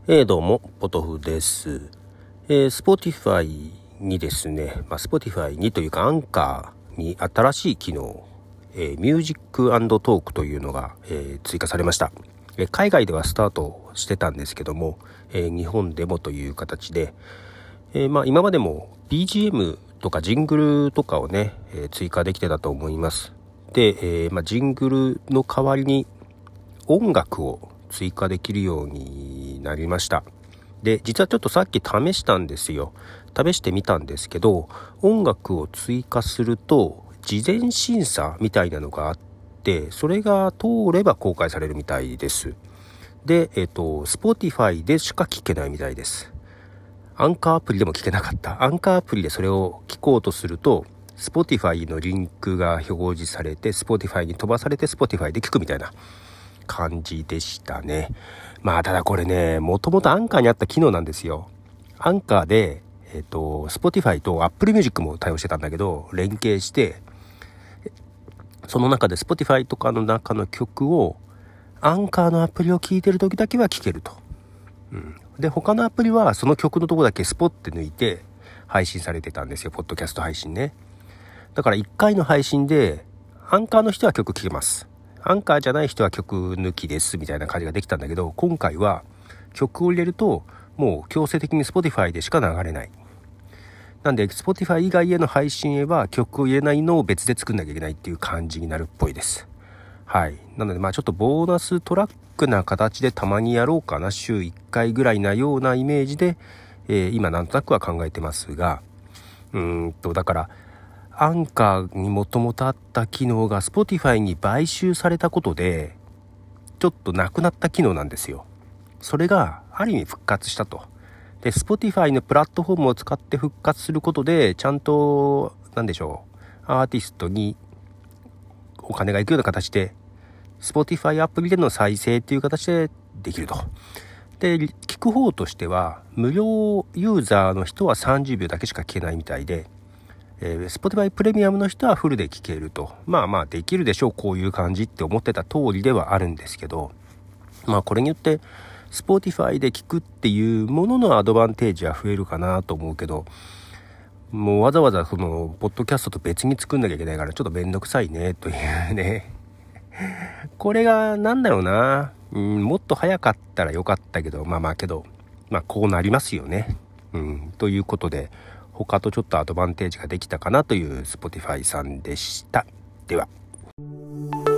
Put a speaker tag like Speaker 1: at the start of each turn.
Speaker 1: どうもポトフです。Spotify にですね、Spotify にというかアンカーに新しい機能、ミュージック&トークというのが、追加されました。海外ではスタートしてたんですけども、日本でもという形で、今までも BGM とかジングルとかをね、追加できてたと思います。で、ジングルの代わりに音楽を追加できるようになりました。で、実はちょっとさっき試したんですよ。試してみたんですけど、音楽を追加すると事前審査みたいなのがあって、それが通れば公開されるみたいです。で、Spotify でしか聞けないみたいです。アンカーアプリでも聞けなかった。アンカーアプリでそれを聞こうとすると、Spotify のリンクが表示されて、Spotify に飛ばされて Spotify で聞くみたいな感じでしたね。ただこれね、もともとアンカーにあった機能なんですよ。アンカーで、Spotify と Apple Music も対応してたんだけど、連携して、その中で Spotify とかの中の曲を、アンカーのアプリを聴いてる時だけは聴けると。で、他のアプリはその曲のとこだけスポッて抜いて配信されてたんですよ。ポッドキャスト配信ね。だから1回の配信で、アンカーの人は曲聴けます。アンカーじゃない人は曲抜きですみたいな感じができたんだけど、今回は曲を入れるともう強制的に Spotify でしか流れない。なんで Spotify 以外への配信へは曲を入れないのを別で作んなきゃいけないっていう感じになるっぽいです。はい。なのでちょっとボーナストラックな形でたまにやろうかな、週1回ぐらいなようなイメージで、今なんとなくは考えてますが、だからアンカーにもともとあった機能が Spotify に買収されたことでちょっとなくなった機能なんですよ。それがある意味復活したと。で Spotify のプラットフォームを使って復活することでちゃんとアーティストにお金がいくような形で Spotify アプリでの再生っていう形でできると。で聞く方としては無料ユーザーの人は30秒だけしか聞けないみたいで、Spotify プレミアムの人はフルで聞けると。できるでしょう、こういう感じって思ってた通りではあるんですけど、これによって Spotify で聞くっていうもののアドバンテージは増えるかなと思うけど、もうわざわざそのポッドキャストと別に作んなきゃいけないからちょっとめんどくさいねというねこれがもっと早かったらよかったけどこうなりますよね。ということで他とちょっとアドバンテージができたかなという Spotify さんでした。では。